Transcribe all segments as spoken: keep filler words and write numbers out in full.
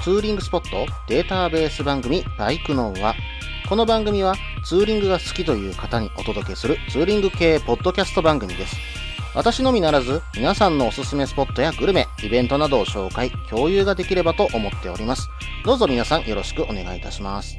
ツーリングスポットデータベース番組バイクノーは、この番組はツーリングが好きという方にお届けするツーリング系ポッドキャスト番組です。私のみならず皆さんのおすすめスポットやグルメ、イベントなどを紹介、共有ができればと思っております。どうぞ皆さんよろしくお願いいたします。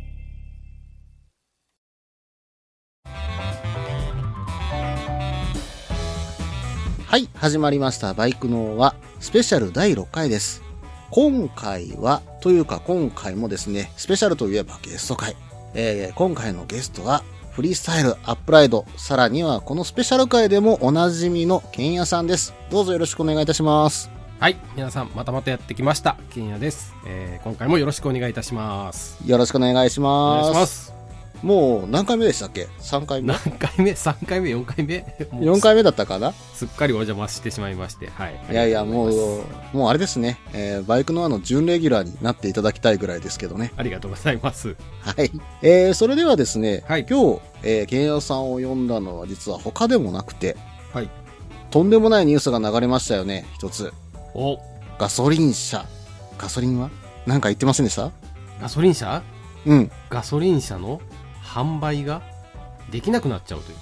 はい、始まりましたバイクノーはスペシャルだいろっかいです。今回はというか今回もですね、スペシャルといえばゲスト会、えー、今回のゲストはフリースタイルアップライド、さらにはこのスペシャル回でもおなじみのケンヤさんです。どうぞよろしくお願いいたします。 はい、皆さんまたまたやってきましたケンヤです、えー、今回もよろしくお願いいたします。 よろしくお願いします。お願いします。もう何回目でしたっけ？さんかいめ？ 何回目？さんかいめ？よんかいめ？ よんかいめだったかな？ すっかりお邪魔してしまいまして、はい。 いやいや、もう、もうあれですね、えー、バイクノアの準レギュラーになっていただきたいぐらいですけどね。 ありがとうございます。 はい。えー、それではですね、 はい、 今日、えー、ケンヤさんを呼んだのは実は他でもなくて、 はい。 とんでもないニュースが流れましたよね、一つ。 おガソリン車。ガソリンはなんか言ってませんでした？ ガソリン車？ うん。 ガソリン車の販売ができなくなっちゃうという。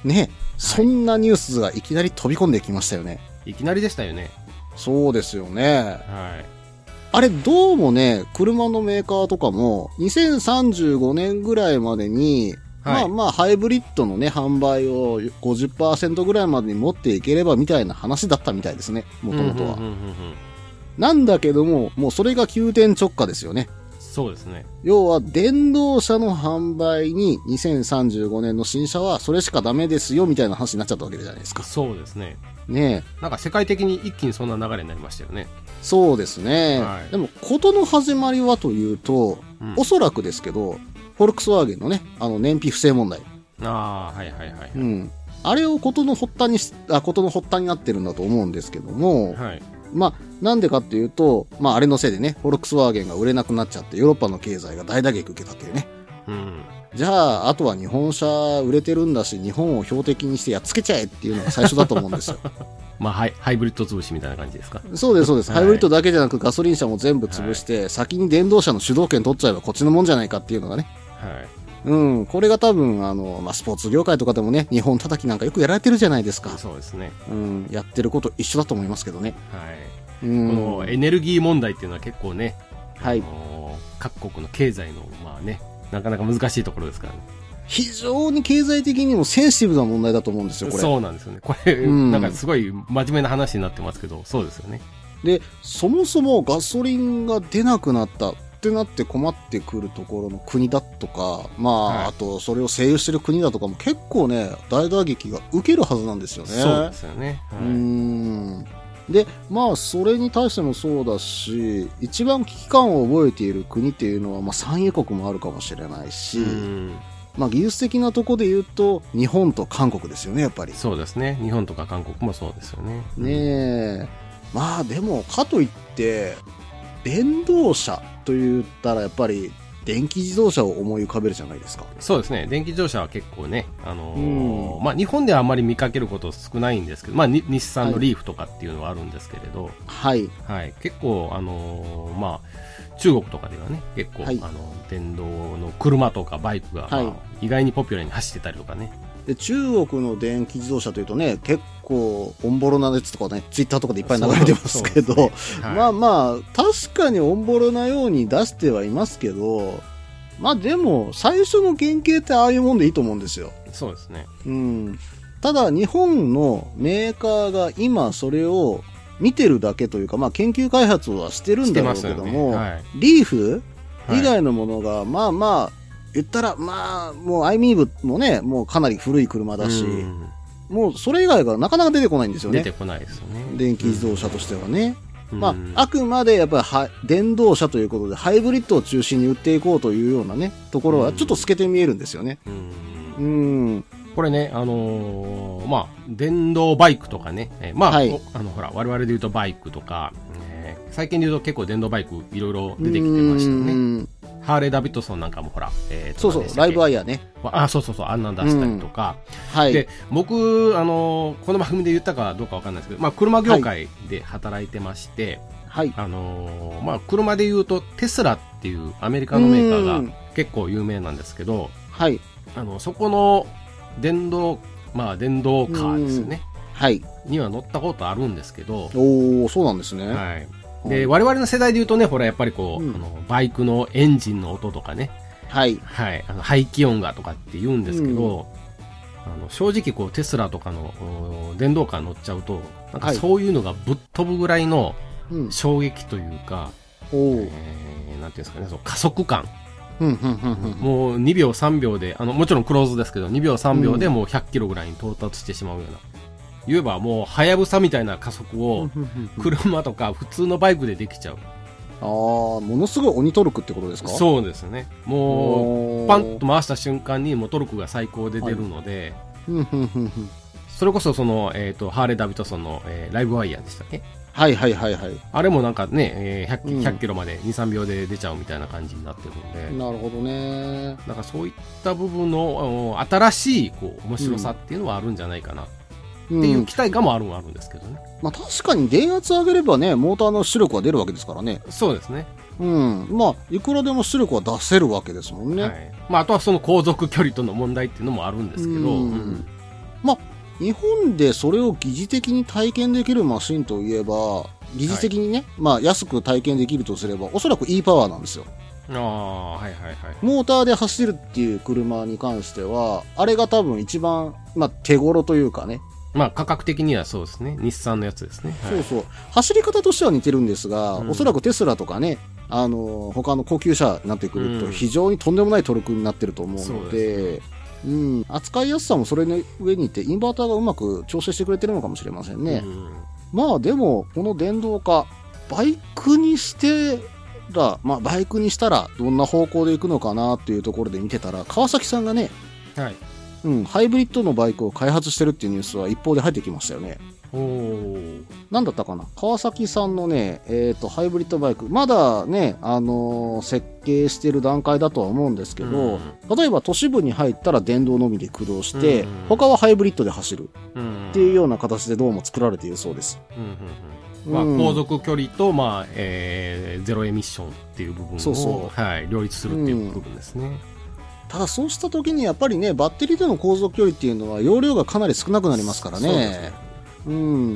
ね、はい、そんなニュースがいきなり飛び込んできましたよね。 いきなりでしたよね。 そうですよね。 はい。 あれ、どうもね、車のメーカーとかも、にせんさんじゅうごねんぐらいまでに、はい、まあまあ、ハイブリッドのね、販売を ごじゅっパーセント ぐらいまでに持っていければみたいな話だったみたいですね、もともとは。なんだけども、もうそれが急転直下ですよね。 そうですね。 要は電動車の販売ににせんさんじゅうごねんの新車はそれしかダメですよみたいな話になっちゃったわけじゃないですか。 そうですね。 ねえ。なんか世界的に一気にそんな流れになりましたよね。 そうですね。はい、でも事の始まりはというと、うん、おそらくですけど、フォルクスワーゲンのね、あの燃費不正問題。 ああ、はいはいはい、はい。 うん。あれを事の発端にし、あ、事の発端になってるんだと思うんですけども、はい。まあ、なんでかっていうと、まあ、あれのせいでね、フォルクスワーゲンが売れなくなっちゃって、ヨーロッパの経済が大打撃受けたっていうね。うん。じゃあ、あとは日本車売れてるんだし、日本を標的にしてやっつけちゃえっていうのが最初だと思うんですよ。 まあ、ハイ、ハイブリッド潰しみたいな感じですか？ そうです、そうです。はい、ハイブリッドだけじゃなくガソリン車も全部潰して、はい、先に電動車の主導権取っちゃえばこっちのもんじゃないかっていうのがね。はい。うん、これが多分、あの、まあ、スポーツ業界とかでもね、日本叩きなんかよくやられてるじゃないですか。 そうですね。 うん、やってること一緒だと思いますけどね。 はい。このエネルギー問題っていうのは結構ね、 はい、 あのー、各国の経済のまあね、なかなか難しいところですからね。 非常に経済的にもセンシティブな問題だと思うんですよ、これ。 そうなんですよね。これ、うん、なんかすごい真面目な話になってますけど、そうですよね。 で、そもそもガソリンが出なくなったってなって困ってくるところの国だとか、まあ、はい、あとそれを制御してる国だとかも結構ね、大打撃が受けるはずなんですよね。 そうですよね。はい、うーん。で、まあ、それに対してもそうだし、一番危機感を覚えている国っていうのは、まあ、産油国もあるかもしれないし、まあ、技術的なところで言うと、日本と韓国ですよね、やっぱり。 そうですね。日本とか韓国もそうですよね。 ねえ。まあ、でも、かといって、電動車と言ったら、やっぱり、電気自動車を思い浮かべるじゃないですか。 そうですね。電気自動車は結構ね、あのー、まあ日本ではあまり見かけること少ないんですけど、まあ日産のリーフとかっていうのはあるんですけれど、 はい。 はい。結構、あのー、まあ中国とかではね、結構、はい、あの、電動の車とかバイクが、はい、まあ、意外にポピュラーに走ってたりとかね。 で、中国の電気自動車というとね、結構、オンボロなやつとかね、ツイッターとかでいっぱい流れてますけど、ね、はい、まあまあ、確かにオンボロなように出してはいますけど、まあでも、最初の原型ってああいうもんでいいと思うんですよ。 そうですね。 うん。ただ、日本のメーカーが今それを見てるだけというか、まあ研究開発はしてるんだろうけども、ね、はい、リーフ以外のものが、まあまあ、言ったら、まあ、もう アイミーブ もね、もうかなり古い車だし、もうそれ以外がなかなか出てこないんですよね。 出てこないですよね。 電気自動車としてはね。まあ、あくまでやっぱりは電動車ということでハイブリッドを中心に売っていこうというようなね、ところはちょっと透けて見えるんですよね。うん。うん。 これね、あのー、まあ、電動バイクとかね、えー、まあ、はい、あの、ほら、我々で言うとバイクとか、えー、最近で言うと結構電動バイクいろいろ出てきてましたね。ハーレー・ダビッドソンなんかもほら、えー、 そうそう、ライブワイヤーね。 あ、そうそうそう、あんなん出したりとか。うん、はい。で、僕、あのー、この番組で言ったかどうかわかんないですけど、まあ、車業界で働いてまして、 はい。 あのー、まあ、車で言うとテスラっていうアメリカのメーカーが結構有名なんですけど、 はい。 あの、そこの電動、まあ、電動カーですよね。 はい。 には乗ったことあるんですけど。 おー、そうなんですね。 はい。で、我々の世代で言うとね、ほら、やっぱりこう、うん、あのバイクのエンジンの音とかね。 はい。 はい。あの排気音がとかって言うんですけど、うん、あの正直こう、テスラとかの電動カー乗っちゃうと、なんかそういうのがぶっ飛ぶぐらいの衝撃というか、うん、えー、なんていうんですかね、その加速感。もうにびょうさんびょうで、あの、もちろんクローズですけど、にびょうさんびょうでもうひゃっキロぐらいに到達してしまうような。言えばもう、はやぶさみたいな加速を、車とか普通のバイクでできちゃう。 ああ、ものすごい鬼トルクってことですか？ そうですね。もう、パンと回した瞬間にもうトルクが最高で出るので、はい、それこそその、えっと、ハーレー・ダビッドソンの、えー、ライブワイヤーでしたっけ？ はいはいはいはい。あれもなんかね、えー、ひゃく, ひゃくキロまでに、さんびょうで出ちゃうみたいな感じになってるんで。 なるほどね。 なんかそういった部分の新しいこう面白さっていうのはあるんじゃないかな。っていう期待感もあるはあるんですけどね。 うん、まあ確かに電圧上げればね、モーターの出力は出るわけですからね。 そうですね。 うん。まあ、いくらでも出力は出せるわけですもんね。はい。 まああとはその航続距離との問題っていうのもあるんですけど。うんうん、 まあ、日本でそれを疑似的に体験できるマシンといえば、疑似的にね、はい、まあ安く体験できるとすれば、おそらく E パワーなんですよ。 ああ、はいはいはい。 モーターで走るっていう車に関しては、あれが多分一番、まあ手頃というかね。 まあ価格的にはそうですね。日産のやつですね。 はい、そうそう。走り方としては似てるんですが、うん、おそらくテスラとかね、あの、他の高級車になってくると非常にとんでもないトルクになってると思うので、うん、うん、扱いやすさもそれの上にいて、インバーターがうまく調整してくれてるのかもしれませんね。うん、まあでも、この電動化、バイクにしてら、まあバイクにしたらどんな方向で行くのかなっていうところで見てたら、川崎さんがね、 はい。 うん、ハイブリッドのバイクを開発してるっていうニュースは一方で入ってきましたよね。 おー。 なんだったかな、川崎さんのね、えっと、ハイブリッドバイク、まだね、あのー、設計してる段階だとは思うんですけど、うん、例えば都市部に入ったら電動のみで駆動して、うん、他はハイブリッドで走るっていうような形でどうも作られているそうです。 うんうんうん、まあ、航続距離と、まあえー、ゼロエミッションっていう部分をそうそう、 はい、両立するっていう部分ですね。うん、 ただそうした時にやっぱりね、バッテリーでの航続距離っていうのは容量がかなり少なくなりますからね。うん、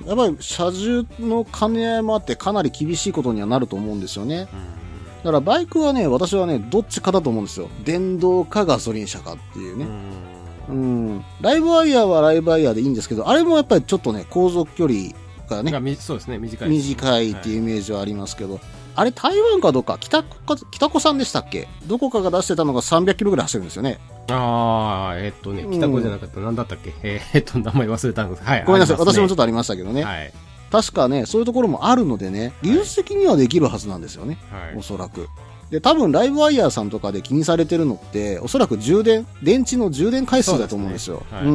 やっぱり車重の兼ね合いもあってかなり厳しいことにはなると思うんですよね。うん、だからバイクはね、私はね、どっちかだと思うんですよ。電動かガソリン車かっていうね。うん、うん、ライブワイヤーはライブワイヤーでいいんですけど、あれもやっぱりちょっとね、航続距離がね、 そうですね、短い。 短いっていうイメージはありますけど、はい、あれ台湾かどうか、北か、北子さんでしたっけ？どこかが出してたのがさんびゃくキロぐらい走るんですよね。 ああ、えー、っとね、北子じゃなかった、うん、なんだったっけ、えー、っと、名前忘れたんです。はい。 ごめんなさい、ね、私もちょっとありましたけどね。 はい。 確かね、そういうところもあるのでね、技術的にはできるはずなんですよね。はい。おそらく。で、多分、ライブワイヤーさんとかで気にされてるのって、おそらく充電、電池の充電回数だと思うんですよ。うですね、はい、うん。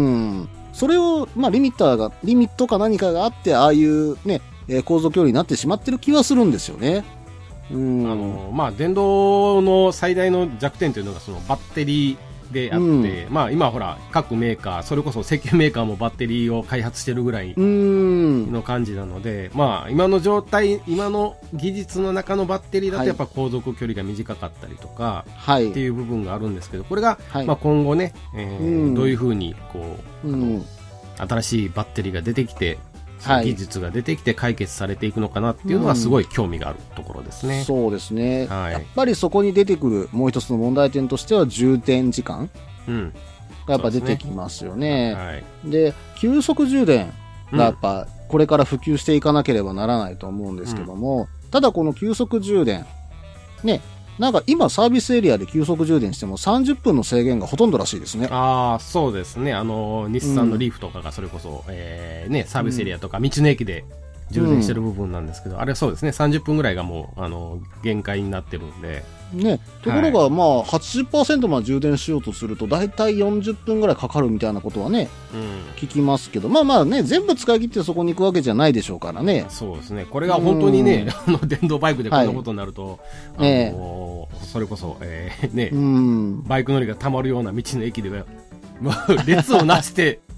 それを、まあ、リミッターが、リミットか何かがあって、ああいうね、えー、航続距離になってしまってる気はするんですよね。うん。 あの、まあ、電動の最大の弱点というのが、そのバッテリー、であって、うん、まあ今ほら各メーカーそれこそ石油メーカーもバッテリーを開発してるぐらいの感じなので、まあ今の状態今の技術の中のバッテリーだとやっぱ航続距離が短かったりとか、はい、っていう部分があるんですけど、これが、はい、まあ今後ね、えーうん、どういうふうにこう、うん、新しいバッテリーが出てきて技術が出てきて解決されていくのかなっていうのはすごい興味があるところですね。 うん、そうですね、はい、やっぱりそこに出てくるもう一つの問題点としては充電時間がやっぱ出てきますよね。はい、で急速充電がやっぱこれから普及していかなければならないと思うんですけども、うん、ただこの急速充電ね、なんか今サービスエリアで急速充電してもさんじゅっぷんの制限がほとんどらしいですね。 ああ、そうですね。あの、日産のリーフとかがそれこそ、うん、えー、ね、サービスエリアとか道の駅で充電してる部分なんですけど、うん、あれはそうですね。さんじゅっぷんぐらいがもう、あの、限界になってるんで。 ね、ところが、はい、まあ、はちじゅっパーセント まで充電しようとすると、だいたいよんじゅっぷんぐらいかかるみたいなことはね、うん、聞きますけど、まあまあね、全部使い切ってそこに行くわけじゃないでしょうからね。 そうですね。これが本当にね、あの、電動バイクでこんなことになると、はい、あのー、それこそ、えー、ね、うん、バイク乗りが溜まるような道の駅では、列をなして、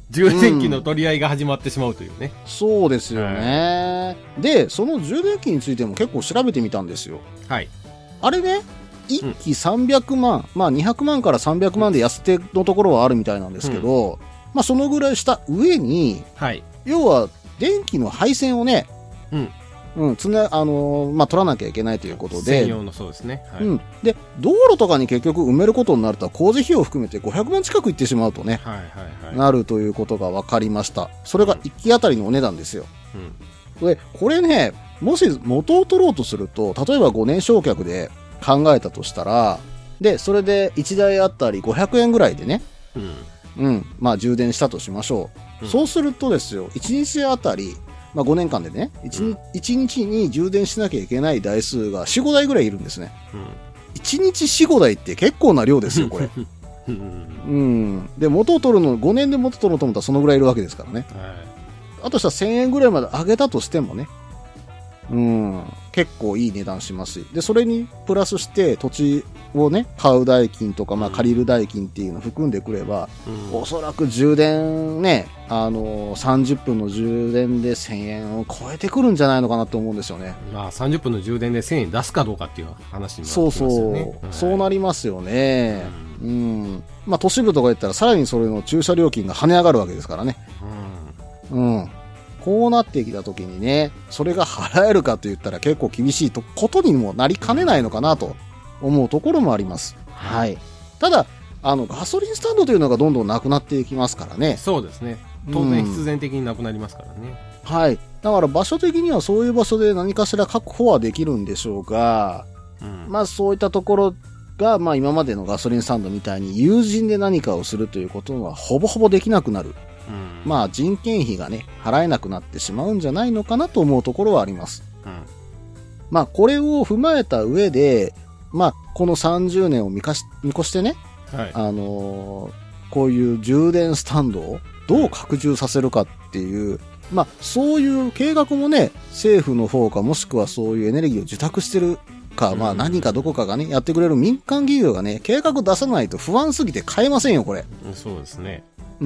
充電器の取り合いが始まってしまうというね。 うん、そうですよね、はい。で、その充電器についても結構調べてみたんですよ。 はい。 あれね、いっきさんびゃくまん、うん、まあにひゃくまんからさんびゃくまんで安手のところはあるみたいなんですけど、うん、まあそのぐらいした上に、はい、要は電気の配線をね、うん。うん、つな、あのー、まあ、取らなきゃいけないということで。 専用のそうですね。 はい。うん。で、道路とかに結局埋めることになると、工事費用を含めてごひゃくまん近くいってしまうとね。はいはいはい。なるということが分かりました。それがいっきあたりのお値段ですよ。うん。で、これね、もし元を取ろうとすると、例えばごねん償却で考えたとしたら、で、それでいちだいあたりごひゃくえんぐらいでね。うん。うん。まあ、充電したとしましょう。うん、そうするとですよ、いちにちあたり、まあごねんかんでね、いちにち、うん、いちにちに充電しなきゃいけない台数がよん、ごだいぐらいいるんですね。うん、いちにちよん、ごだいって結構な量ですよ、これ。うん。で、元を取るの、ごねんで元を取ろうと思ったらそのぐらいいるわけですからね。はい、あとしたらせんえんぐらいまで上げたとしてもね、うん、結構いい値段しますし。で、それにプラスして土地をね、買う代金とか、まあ借りる代金っていうのを含んでくれば、うん、おそらく充電ね、あのー、さんじゅっぷんの充電でせんえんを超えてくるんじゃないのかなと思うんですよね。 まあさんじゅっぷんの充電でせんえん出すかどうかっていう話になってきますよね。 そうそう、はい、そうなりますよね。うん。うん、まあ都市部とか言ったらさらにそれの駐車料金が跳ね上がるわけですからね。うん。うん。こうなってきたときにね、それが払えるかと言ったら結構厳しいとことにもなりかねないのかなと思うところもあります。はい。ただ、あの、ガソリンスタンドというのがどんどんなくなっていきますからね。 そうですね。当然必然的になくなりますからね。 うん、はい。だから場所的にはそういう場所で何かしら確保はできるんでしょうが、うん、まあそういったところが、まあ今までのガソリンスタンドみたいに友人で何かをするということはほぼほぼできなくなる。うん、まあ人件費がね、払えなくなってしまうんじゃないのかなと思うところはあります。うん、まあこれを踏まえた上で、まあこのさんじゅうねんを見かし見越してね、はい、あのー、こういう充電スタンドをどう拡充させるかっていう、まあそういう計画もね、政府の方かもしくはそういうエネルギーを受託してるか、うん、まあ何かどこかがね、やってくれる民間企業がね、計画出さないと不安すぎて買えませんよ、これ。 そうですね。 うん。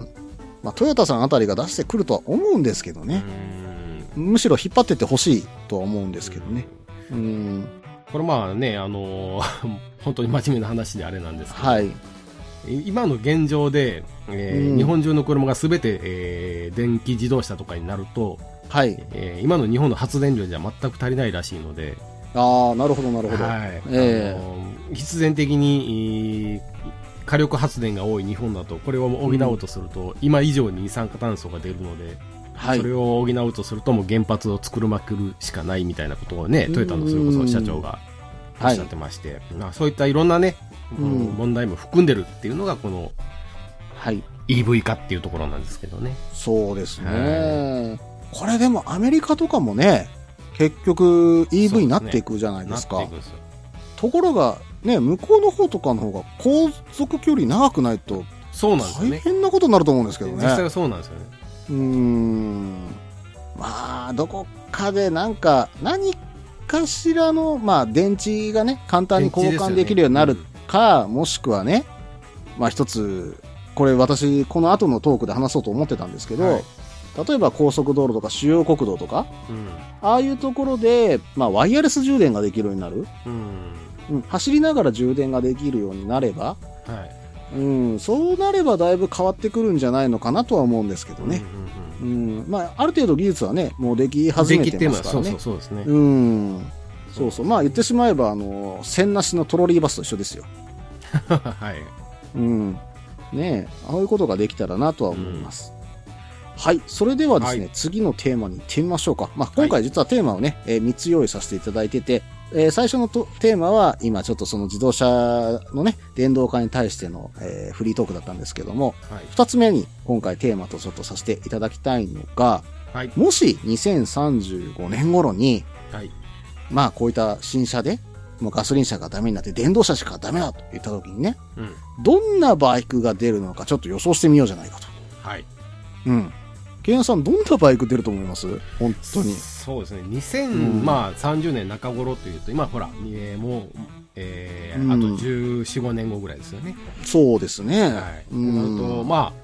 まあ、トヨタさんあたりが出してくるとは思うんですけどね。むしろ引っ張ってってほしいとは思うんですけどね。うん。 これまあね、あのー、本当に真面目な話であれなんですけど、はい、今の現状で、えーうん、日本中の車が全て、えー、電気自動車とかになると、はいえー、今の日本の発電量じゃ全く足りないらしいので、 ああ、なるほどなるほど。はい。 えー、あのー、必然的に、えー火力発電が多い日本だとこれを補おうとすると、うん、今以上に二酸化炭素が出るので、はい、それを補おうとするともう原発を作るまくるしかないみたいなことをね、トヨタのそれこそ社長がおっしゃってまして、はい、まあ、そういったいろんなね、うん、問題も含んでるっていうのがこの、はい、イーブイ 化っていうところなんですけどね。 そうですね、はい、これでもアメリカとかもね結局 イーブイ になっていくじゃないですか。そうですね、なっていくんですよ。ところがね、向こうの方とかの方が航続距離長くないと大変なことになると思うんですけどね。 実際はそうなんですよね。 うーん、まあどこかでなんか何かしらの、まあ、電池がね簡単に交換できるようになるか、ね、うん、もしくはね、まあ一つこれ私この後のトークで話そうと思ってたんですけど、はい、例えば高速道路とか主要国道とか、うん、ああいうところで、まあ、ワイヤレス充電ができるようになる、うんうん、走りながら充電ができるようになれば、はいうん、そうなればだいぶ変わってくるんじゃないのかなとは思うんですけどね、うんうんうんうん、まあ、ある程度技術はねもうでき始めてますからね。 そうそうそうですね、 うん、そうそう、まあ言ってしまえばあの線なしのトロリーバスと一緒ですよはい、 うんね、ああいうことができたらなとは思います、うん、はい。それではですね、はい、次のテーマに行ってみましょうか。まあ、今回実はテーマをね、はい、えー、みっつ用意させていただいてて、えー、最初のとテーマは今ちょっとその自動車のね、電動化に対しての、えー、フリートークだったんですけども、はい、ふたつめに今回テーマとちょっとさせていただきたいのが、はい、もしにせんさんじゅうごねん頃に、はい、まあこういった新車で、もうガソリン車がダメになって電動車しかダメだと言った時にね、うん、どんなバイクが出るのかちょっと予想してみようじゃないかと。はい。うん。ケンヤさんどんなバイク出ると思います？本当に。 そうですね。にせんさんじゅうねん中頃というと、今ほら、えー、もう、えーうん、あとじゅうよん、ごねんごぐらいですよね。 そうですね。はい。 うん。あと、まあ、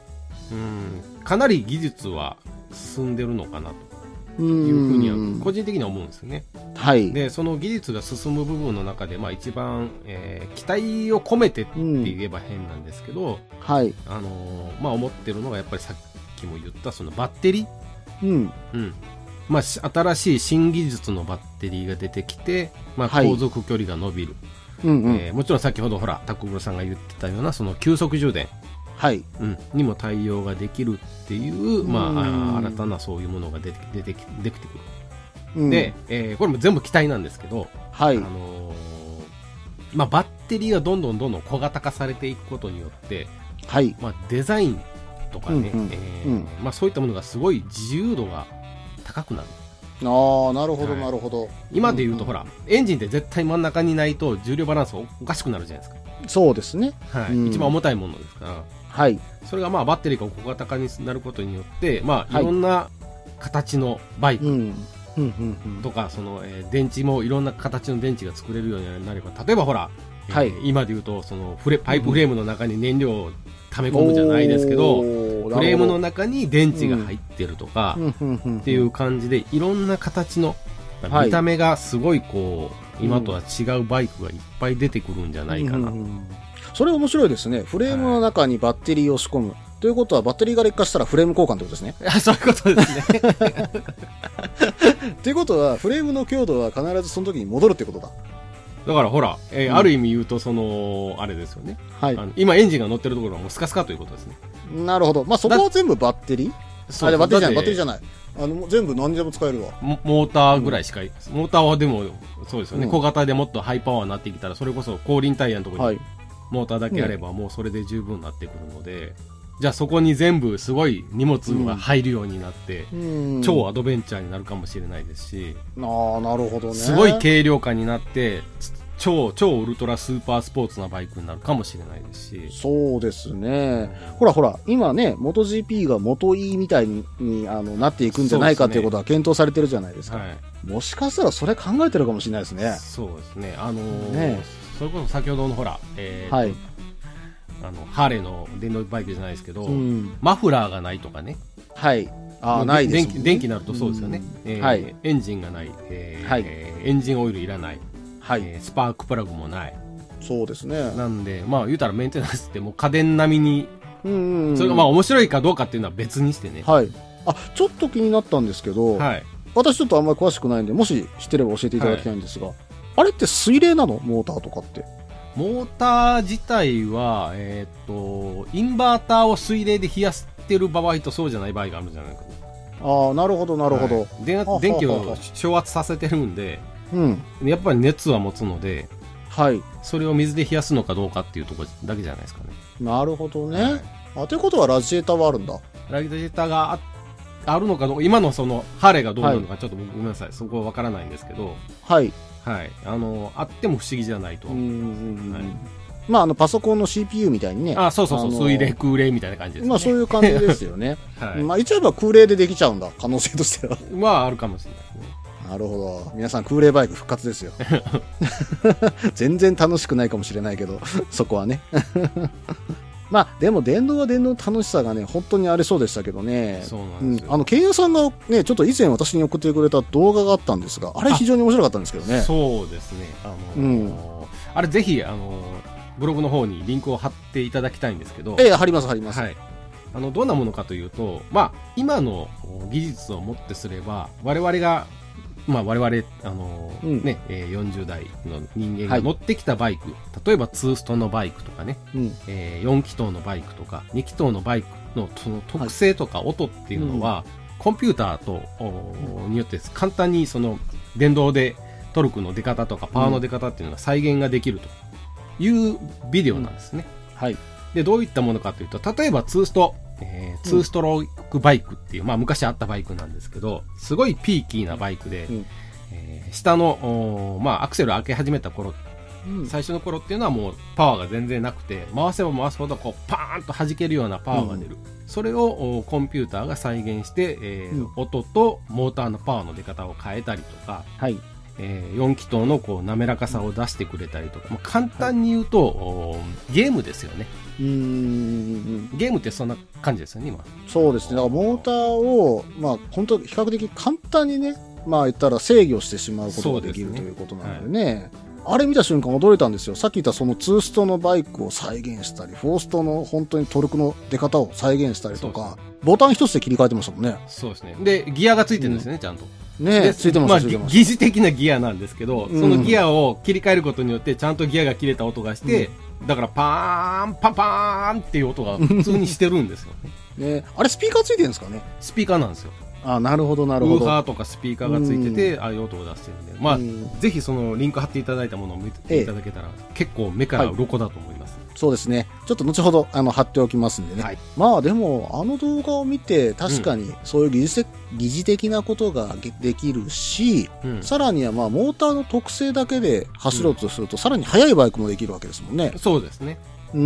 うんかなり技術は進んでるのかなというふうには個人的には思うんですよね。 はい、 でその技術が進む部分の中で、まあ、一番、えー、期待を込めてって言えば変なんですけど、うんはいあのーまあ、思ってるのがやっぱりさっきも言ったそのバッテリー、 うんうんまあ、新しい新技術のバッテリーが出てきて、まあ、 はい航続距離が伸びる、 うんうんえー、もちろん先ほどほらタクブロさんが言ってたようなその急速充電、 はいうん、にも対応ができるっていう、まあ、あ新たなそういうものが出て出てきできてくる、うん、で、えー、これも全部期待なんですけど、 はいあのーまあ、バッテリーがどんどんどんどん小型化されていくことによって、 はいまあ、デザインとかね、 うんうんえーうんまあ、そういったものがすごい自由度が高くなる。 ああなるほど、 はいなるほど。 今で言うと、 んんほらエンジンって絶対真ん中にないと重量バランスがおかしくなるじゃないですか、 そうですね。 はいうん一番重たいものですからはいそれがまあバッテリーが小型化になることによって、まあ、 はいいろんな形のバイクうんうんうんうんとか、そのえー電池もいろんな形の電池が作れるようになれば、例えばほら、えーはい今で言うとそのフレパイプフレームの中に燃料を溜め込むじゃないですけど、 おーフレームのなる中に電池が入ってるとか、 ほどうんうんうんっていう感じでいろんな形のはい見た目がすごいこう、今とは違うバイクがいっぱい出てくるんじゃないかな、 うんうんうんそれ面白いですね。フレームの中にバッテリーを仕込む、ということはバッテリーが劣化したらフレーム交換ってことですね。 あそういうことですねということはフレームの強度は必ずその時に戻るってことだ。 だからほら、えーうんある意味言うとそのあれですよね、 はいあの今エンジンが乗ってるところはもうスカスカということですね。 なるほど。まあそこは全部バッテリーそうあれバッテリーじゃないバッテリーじゃゃないあのもう全部何にでも使えるわ。 モモーターぐらいしか、モーターはでもそうですよね、 うん小型でもっとハイパワーになってきたらそれこそ後輪タイヤのところにはいモーターだけあればもうそれで十分になってくるので、じゃあそこに全部すごい荷物が入るようになって、 うん超アドベンチャーになるかもしれないですし、 ああなるほどね。 すごい軽量化になって超超ウルトラスーパースポーツなバイクになるかもしれないですし、 そうですね。ほらほら、今ね、モト ジーピー が元 E みたいににあのなっていくんじゃないかっていうことは検討されてるじゃないですか。 はいもしかしたらそれ考えてるかもしれないですね。 そうですね、あのーねそれこそ先ほどのほら、えーとはい。 あのハーレーの電動バイクじゃないですけど、 うん。 マフラーがないとかね、 はい。ああ、ないですもんね。 電気電気になるとそうですよね、 うんえーはい。 エンジンがない、えーはいエンジンオイルいらない、 はい。 えースパークプラグもない、 そうですね。 なんでまあ言うたらメンテナンスってもう家電並みに、 うんうんうん。 それがまあ面白いかどうかっていうのは別にしてね、 はい。あ、ちょっと気になったんですけど、 はい、 私ちょっとあんまり詳しくないんで、もし知ってれば教えていただきたいんですが、あれって水冷なのモーターとかって。 モーター自体は、えー、とインバーターを水冷で冷やしてる場合とそうじゃない場合があるんじゃないかな。 ああ、なるほど、なるほど。 はい電圧ははは電気を昇圧させてるんでうん。 やっぱり熱は持つので、 はい。 それを水で冷やすのかどうかっていうところだけじゃないですかね。 なるほどね。 はいあ、ということはラジエーターはあるんだ。 ラギトジェッターがああるのかどうか、今のそのハーレーがどうなのかちょっとごめんなさい、そこは分からないんですけど、 はい。 はい、あのあっても不思議じゃないと、 うんうんうん。 はいまあ、あの、パソコンの シーピーユー みたいにね。 あそうそうそう、 あの水冷空冷みたいな感じですね。 まあ、そういう感じですよね。 はい、 まあ、一応言えば空冷でできちゃうんだ。可能性としては。 まああるかもしれないですね。 なるほど。皆さん空冷バイク復活ですよ。全然楽しくないかもしれないけど、そこはね。まあ、でも電動は電動の楽しさがね、本当にありそうでしたけどね。 そうなうんんですよ。 あの、ケンヤさんがね、ちょっと以前私に送ってくれた動画があったんですが、あれ非常に面白かったんですけどね。 そうですね。あのーうんあれぜひあのーブログの方にリンクを貼っていただきたいんですけど、 ええ、貼ります、貼ります。 はい。あのどんなものかというと、まあ今の技術をもってすれば我々がまあ我々あのーうんね、えーよんじゅう代の人間が乗ってきたバイク、例えばツーストのバイクとかね、 うん。 えーよん気筒のバイクとかに気筒のバイクのその特性とか音っていうのは、コンピューターとおによって簡単にその電動でトルクの出方とかパワーの出方っていうのが再現ができるというビデオなんですね。 はい。 でどういったものかというと、例えばツースト、えー、ツーストロークバイクっていう、まあ昔あったバイクなんですけど、すごいピーキーなバイクで、 うんえー下のおーまあアクセルを開け始めた頃、 うん最初の頃っていうのはもうパワーが全然なくて、回せば回すほどこうパーンと弾けるようなパワーが出る、それをおコンピューターが再現して、えーうん音とモーターのパワーの出方を変えたりとか、 はい。 えー、よん気筒のこう滑らかさを出してくれたりとか、まあ、簡単に言うと、おーゲームですよね。 うーん。 、ゲームってそんな感じですよね、今。 そうですね。だからモーターを、まあ、本当比較的簡単にね、まあ言ったら制御してしまうことができる、ね、ということなのでね。はい、あれ見た瞬間驚いたんですよ。さっき言ったそのツーストのバイクを再現したり、フォーストの本当にトルクの出方を再現したりとか、ボタン一つで切り替えてましたもんね。 そうですね。で、ギアがついてるんですね、うん、ちゃんと。 ねえ、ついてます、 まあ、 ついてます。 疑似的なギアなんですけど、そのギアを切り替えることによって、ちゃんとギアが切れた音がして、うん、だからパーン、パンパーンっていう音が普通にしてるんですよね。 ね、あれスピーカーついてるんですかね。 スピーカーなんですよ。 あ、なるほどなるほど。 ウーハーとかスピーカーがついてて、ああいう音を出してるんで、まあ、ぜひそのリンク貼っていただいたものを見ていただけたら、ええ、結構目から鱗だと思います。はい、 そうですね。ちょっと後ほどあの貼っておきますんでね。はい、まあでもあの動画を見て確かにそういう技術的、うん、疑似的なことができるし、うん、さらにはまあモーターの特性だけで走ろうとすると、うん、さらに速いバイクもできるわけですもんね。 そうですね。 うん。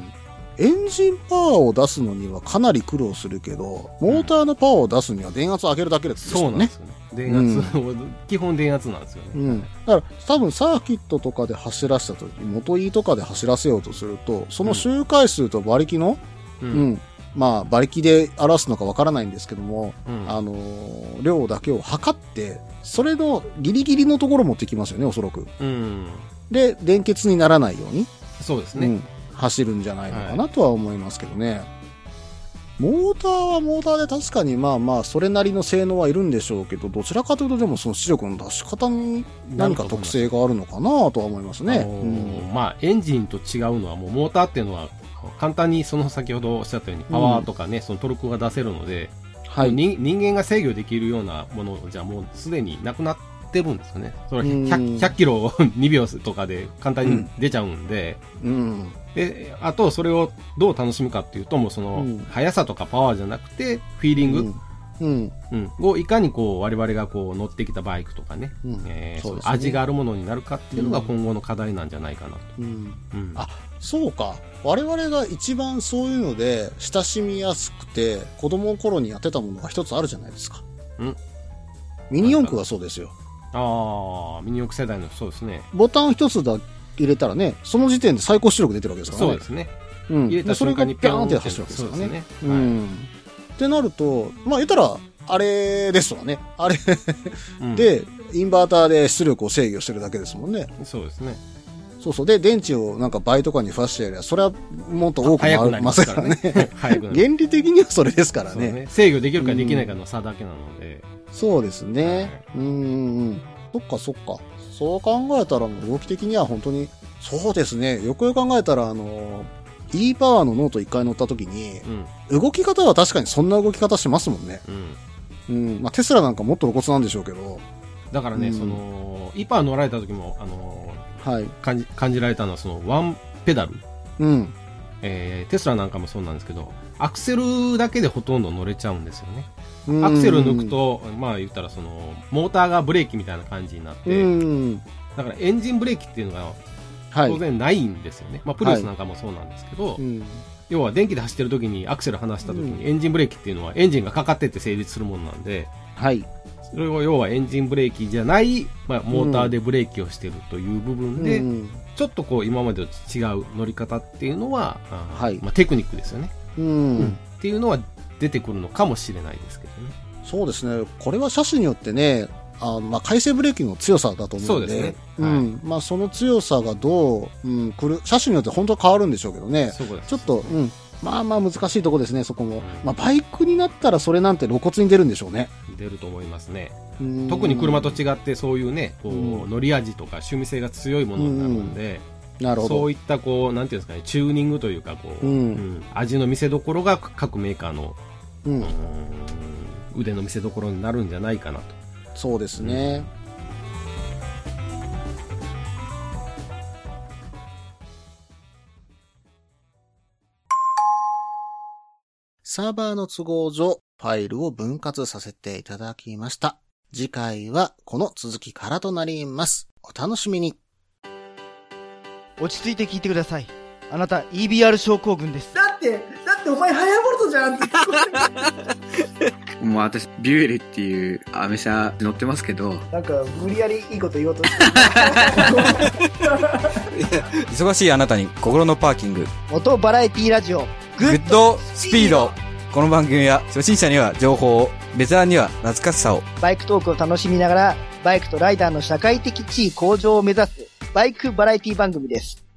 エンジンパワーを出すのにはかなり苦労するけど、モーターのパワーを出すには電圧を上げるだけですよね。そうなんですよね。 電圧、うん、基本電圧なんですよね。 うん。だから多分サーキットとかで走らせた時、元 E とかで走らせようとすると、その周回数と馬力の、うん、うん、まあ馬力で表すのかわからないんですけども、うん、あのー、量だけを測って、それのギリギリのところ持ってきますよね、おそらく。うん。で、電欠にならないように。 そうですね。うん、 走るんじゃないのかなとは思いますけどね。はい、モーターはモーターで確かにまあまあそれなりの性能はいるんでしょうけど、どちらかというとでもその出力の出し方に何か特性があるのかなとは思いますね。あのーうん、まあエンジンと違うのはもうモーターっていうのは簡単にその先ほどおっしゃったようにパワーとかね、うん、そのトルクが出せるので、はい、人間が制御できるようなものじゃもうすでになくなってるんですよね。それ 100, ひゃくキロをにびょうとかで簡単に出ちゃうんで、うんうんで、あと、それをどう楽しむかっていうと、もうその、速さとかパワーじゃなくて、フィーリング、うんうんうん、をいかにこう、我々がこう、乗ってきたバイクとかね、うんえー、そうですね、味があるものになるかっていうのが今後の課題なんじゃないかなと。うんうん、あ、そうか。我々が一番そういうので、親しみやすくて、子供の頃にやってたものが一つあるじゃないですか。んミニ四駆がそうですよ。 ああ、ミニ四駆世代の、そうですね。 ボタン一つだ入れたらね、その時点で最高出力出てるわけですからね。 そうですね。 うん。入れた瞬間にピャーンって走るわけですからね。そうですね。はい、うん。ってなると、まあ言ったら、あれですわね。あれで、うん、インバーターで出力を制御してるだけですもんね。 そうですね。 そうそう。で、電池をなんか倍とかに増やしてやれば、それはもっと多く回りますからね。原理的にはそれですからね。 ね制御できるかできないかの差だけなので。 うん、そうですね。はい、うんうんうん。そっかそっか。そう考えたら動き的には本当に、そうですね。よくよく考えたら、あの、E パワーのノート一回乗った時に、うん、動き方は確かにそんな動き方しますもんね。うん。うん。まあ、テスラなんかもっと露骨なんでしょうけど。 だからね、うん、その、E パワー乗られた時も、あの、はい。感じ、感じられたのは、その、ワンペダル。うん。えー、テスラなんかもそうなんですけど、アクセルだけでほとんど乗れちゃうんですよね。アクセル抜くと、まあ言ったらその、モーターがブレーキみたいな感じになって、だからエンジンブレーキっていうのが当然ないんですよね。はい、まあプリウスなんかもそうなんですけど、はい、要は電気で走ってる時にアクセル離した時にエンジンブレーキっていうのはエンジンがかかってって成立するものなんで、はい。それを要はエンジンブレーキじゃない、まあモーターでブレーキをしてるという部分で、ちょっとこう今までと違う乗り方っていうのは、はい、まあテクニックですよね。うん、っていうのは出てくるのかもしれないですけどね。そうですね。これは車種によってね、あまあ回生ブレーキの強さだと思うので、そうですね。はい、うん。まあその強さがどう、うん、来る、車種によって本当は変わるんでしょうけどね。そうです。ちょっと、うん。まあまあ難しいとこですね、そこも。うん、まあバイクになったらそれなんて露骨に出るんでしょうね。出ると思いますね。特に車と違ってそういうね、こう、うん、乗り味とか趣味性が強いものになるので、うん、なるほど。そういったこう、なんていうんですかね、チューニングというか、こう、うんうん、味の見せ所が各メーカーの、うん、腕の見せ所になるんじゃないかなと。そうですね。うん、サーバーの都合上、ファイルを分割させていただきました。次回はこの続きからとなります。お楽しみに。 落ち着いて聞いてください。あなた イービーアール 症候群です。 だって、だってお前ハヤボルトじゃんってもう私、ビュエルっていうアメ車乗ってますけど。 なんか、無理やりいいこと言おうとして忙しいあなたに心のパーキング。 元バラエティラジオ、 グッドスピード。この番組は初心者には情報を、ベテランには懐かしさを。 バイクトークを楽しみながら、バイクとライダーの社会的地位向上を目指すバイクバラエティ番組です。